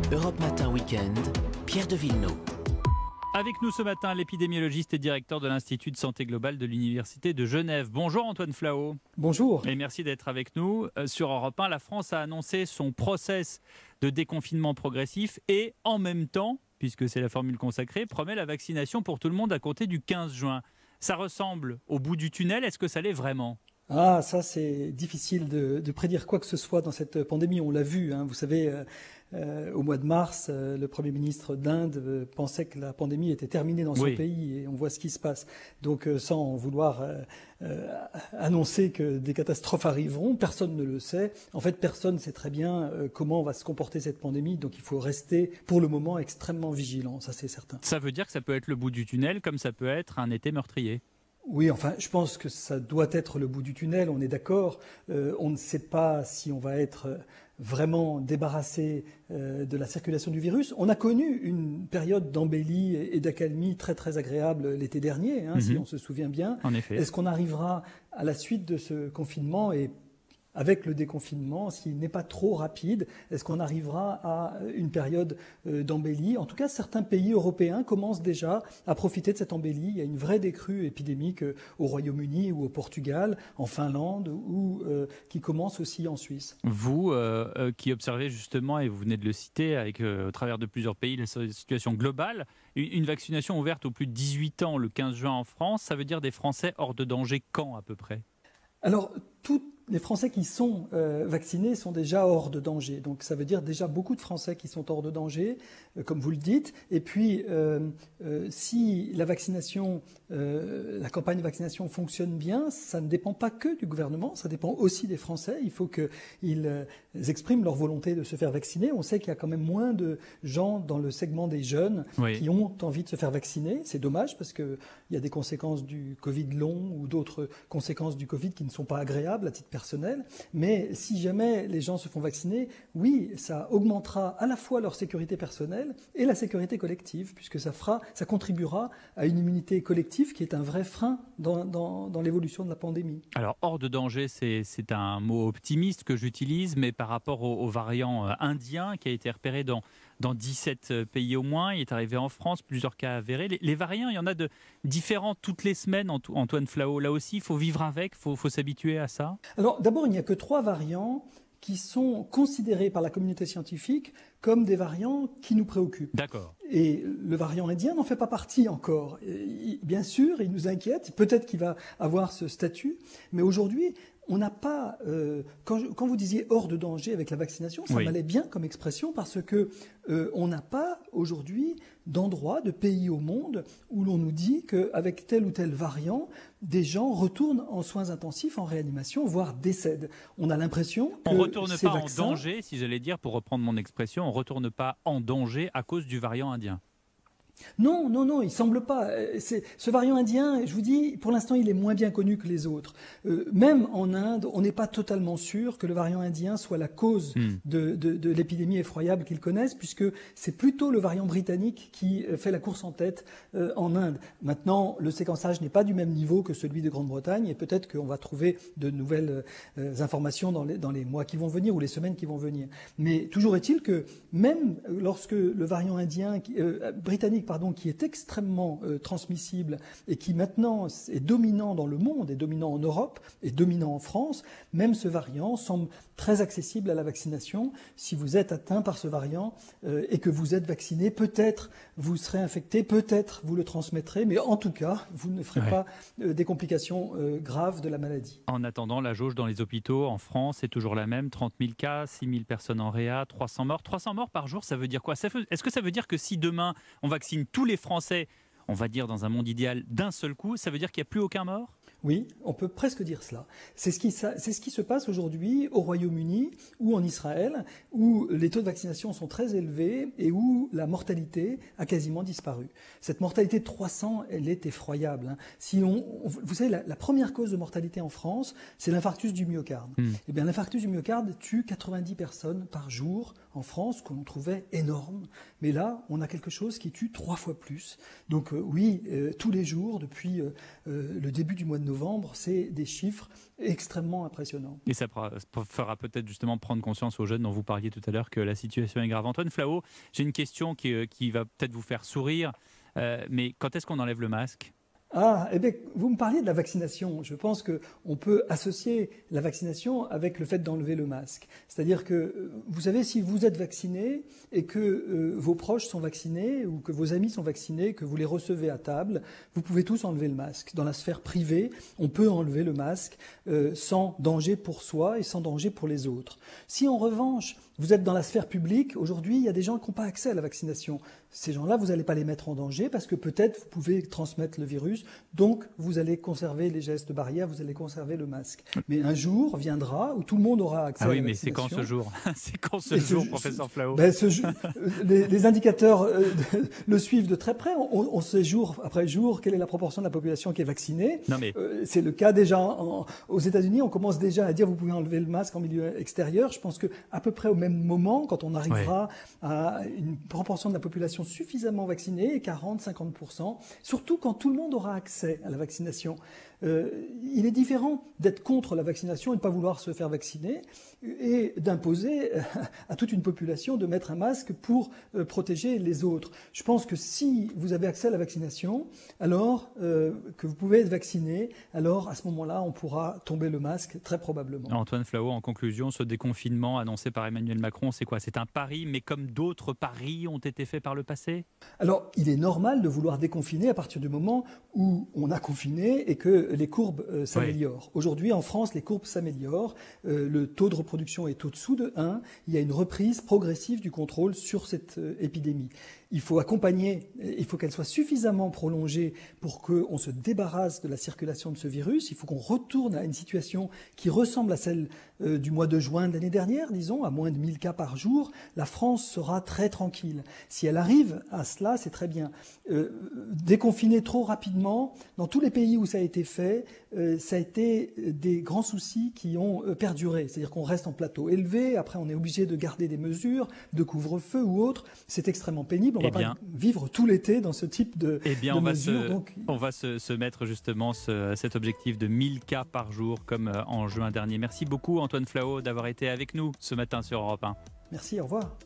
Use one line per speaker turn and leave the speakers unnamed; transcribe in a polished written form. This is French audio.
Europe Matin Week-end, Pierre de Villeneuve.
Avec nous ce matin, l'épidémiologiste et directeur de l'Institut de santé globale de l'Université de Genève. Bonjour Antoine Flao.
Bonjour.
Et merci d'être avec nous. Sur Europe 1, la France a annoncé son process de déconfinement progressif et en même temps, puisque c'est la formule consacrée, promet la vaccination pour tout le monde à compter du 15 juin. Ça ressemble au bout du tunnel, est-ce que ça l'est vraiment ?
Ah, ça c'est difficile de prédire quoi que ce soit dans cette pandémie, on l'a vu. Vous savez, au mois de mars, le Premier ministre d'Inde pensait que la pandémie était terminée dans son pays et on voit ce qui se passe. Donc sans vouloir annoncer que des catastrophes arriveront, personne ne le sait. En fait, personne ne sait très bien comment va se comporter cette pandémie, donc il faut rester pour le moment extrêmement vigilant, ça c'est certain.
Ça veut dire que ça peut être le bout du tunnel comme ça peut être un été meurtrier ?
Oui, enfin, je pense que ça doit être le bout du tunnel, on est d'accord. On ne sait pas si on va être vraiment débarrassé de la circulation du virus. On a connu une période d'embellie et d'accalmie très très agréable l'été dernier, si on se souvient bien.
En effet.
Est-ce qu'on arrivera à la suite de ce confinement et avec le déconfinement, s'il n'est pas trop rapide, est-ce qu'on arrivera à une période d'embellie ? En tout cas, certains pays européens commencent déjà à profiter de cette embellie. Il y a une vraie décrue épidémique au Royaume-Uni ou au Portugal, en Finlande, ou qui commence aussi en Suisse.
Vous, qui observez justement, et vous venez de le citer, avec, au travers de plusieurs pays, la situation globale, une vaccination ouverte aux plus de 18 ans le 15 juin en France, ça veut dire des Français hors de danger quand à peu près ?
Alors, tous les Français qui sont vaccinés sont déjà hors de danger. Donc ça veut dire déjà beaucoup de Français qui sont hors de danger, comme vous le dites. Et puis, si la vaccination, la campagne de vaccination fonctionne bien, ça ne dépend pas que du gouvernement, ça dépend aussi des Français. Il faut qu'ils expriment leur volonté de se faire vacciner. On sait qu'il y a quand même moins de gens dans le segment des jeunes qui ont envie de se faire vacciner. C'est dommage parce qu'il y a des conséquences du Covid long ou d'autres conséquences du Covid qui ne sont pas agréables à titre personnel, mais si jamais les gens se font vacciner, oui, ça augmentera à la fois leur sécurité personnelle et la sécurité collective, puisque ça contribuera à une immunité collective qui est un vrai frein dans l'évolution de la pandémie.
Alors, hors de danger, c'est un mot optimiste que j'utilise, mais par rapport au variant indien qui a été repéré dans 17 pays au moins, il est arrivé en France, plusieurs cas avérés. Les variants, il y en a de différents toutes les semaines, Antoine Flao. Là aussi, il faut vivre avec, il faut s'habituer à ça.
Alors d'abord, il n'y a que 3 variants qui sont considérés par la communauté scientifique comme des variants qui nous préoccupent.
D'accord.
Et le variant indien n'en fait pas partie encore. Bien sûr, il nous inquiète, peut-être qu'il va avoir ce statut, mais aujourd'hui, on n'a pas... quand vous disiez hors de danger avec la vaccination, ça m'allait bien comme expression parce que on n'a pas aujourd'hui d'endroit, de pays au monde où l'on nous dit qu'avec tel ou tel variant, des gens retournent en soins intensifs, en réanimation, voire décèdent. On a l'impression que
on ne retourne pas
vaccins,
en danger, si j'allais dire, pour reprendre mon expression, on ne retourne pas en danger à cause du variant indien.
Non, il ne semble pas. Ce variant indien, je vous dis, pour l'instant, il est moins bien connu que les autres. Même en Inde, on n'est pas totalement sûr que le variant indien soit la cause de l'épidémie effroyable qu'ils connaissent, puisque c'est plutôt le variant britannique qui fait la course en tête en Inde. Maintenant, le séquençage n'est pas du même niveau que celui de Grande-Bretagne, et peut-être qu'on va trouver de nouvelles informations dans les mois qui vont venir ou les semaines qui vont venir. Mais toujours est-il que même lorsque le variant indien britannique qui est extrêmement transmissible et qui maintenant est dominant dans le monde, est dominant en Europe, est dominant en France, même ce variant semble très accessible à la vaccination. Si vous êtes atteint par ce variant et que vous êtes vacciné, peut-être vous serez infecté, peut-être vous le transmettrez, mais en tout cas, vous ne ferez pas des complications graves de la maladie.
En attendant, la jauge dans les hôpitaux en France est toujours la même, 30 000 cas, 6 000 personnes en réa, 300 morts. 300 morts par jour, ça veut dire quoi ? Est-ce que ça veut dire que si demain on vaccine tous les Français, on va dire dans un monde idéal, d'un seul coup, ça veut dire qu'il n'y a plus aucun mort ?
Oui, on peut presque dire cela. C'est ce qui se passe aujourd'hui au Royaume-Uni ou en Israël, où les taux de vaccination sont très élevés et où la mortalité a quasiment disparu. Cette mortalité de 300, elle est effroyable. Si vous savez, la première cause de mortalité en France, c'est l'infarctus du myocarde. Eh bien, l'infarctus du myocarde tue 90 personnes par jour en France, que l'on trouvait énorme. Mais là, on a quelque chose qui tue 3 fois plus. Donc oui, tous les jours, depuis le début du mois de novembre, c'est des chiffres extrêmement impressionnants.
Et ça fera peut-être justement prendre conscience aux jeunes dont vous parliez tout à l'heure que la situation est grave. Antoine Flahault, j'ai une question qui va peut-être vous faire sourire, mais quand est-ce qu'on enlève le masque ?
Eh bien, vous me parliez de la vaccination. Je pense qu'on peut associer la vaccination avec le fait d'enlever le masque. C'est-à-dire que, vous savez, si vous êtes vacciné et que vos proches sont vaccinés ou que vos amis sont vaccinés, que vous les recevez à table, vous pouvez tous enlever le masque. Dans la sphère privée, on peut enlever le masque sans danger pour soi et sans danger pour les autres. Si en revanche, vous êtes dans la sphère publique, aujourd'hui, il y a des gens qui n'ont pas accès à la vaccination. Ces gens-là, vous n'allez pas les mettre en danger parce que peut-être vous pouvez transmettre le virus, donc vous allez conserver les gestes barrières, vous allez conserver le masque. Mais un jour viendra où tout le monde aura accès à la vaccination.
Ah oui, mais c'est quand ce jour ? C'est quand ce jour, professeur Flahault ?
Les indicateurs le suivent de très près. On sait jour après jour quelle est la proportion de la population qui est vaccinée. C'est le cas déjà aux États-Unis. On commence déjà à dire vous pouvez enlever le masque en milieu extérieur. Je pense qu'à peu près au même moment, quand on arrivera à une proportion de la population suffisamment vaccinée, 40-50%, surtout quand tout le monde aura accès à la vaccination. Il est différent d'être contre la vaccination et de ne pas vouloir se faire vacciner et d'imposer à toute une population de mettre un masque pour protéger les autres. Je pense que si vous avez accès à la vaccination, alors que vous pouvez être vacciné, alors à ce moment-là, on pourra tomber le masque très probablement.
Antoine Flahault, en conclusion, ce déconfinement annoncé par Emmanuel Macron, c'est quoi ? C'est un pari, mais comme d'autres paris ont été faits par le passé ?
Alors, il est normal de vouloir déconfiner à partir du moment où on a confiné et que les courbes s'améliorent. Aujourd'hui, en France, les courbes s'améliorent. Le taux de reproduction est au-dessous de 1. Il y a une reprise progressive du contrôle sur cette épidémie. Il faut accompagner, il faut qu'elle soit suffisamment prolongée pour qu'on se débarrasse de la circulation de ce virus. Il faut qu'on retourne à une situation qui ressemble à celle du mois de juin de l'année dernière, disons, à moins de 1000 cas par jour. La France sera très tranquille. Si elle arrive à cela, c'est très bien. Déconfiner trop rapidement, dans tous les pays où ça a été fait, ça a été des grands soucis qui ont perduré. C'est-à-dire qu'on reste en plateau élevé, après on est obligé de garder des mesures de couvre-feu ou autre. C'est extrêmement pénible. On ne va pas vivre tout l'été dans ce type de mesures.
On va se mettre justement cet objectif de 1000 cas par jour comme en juin dernier. Merci beaucoup Antoine Flahault d'avoir été avec nous ce matin sur Europe 1.
Merci, au revoir.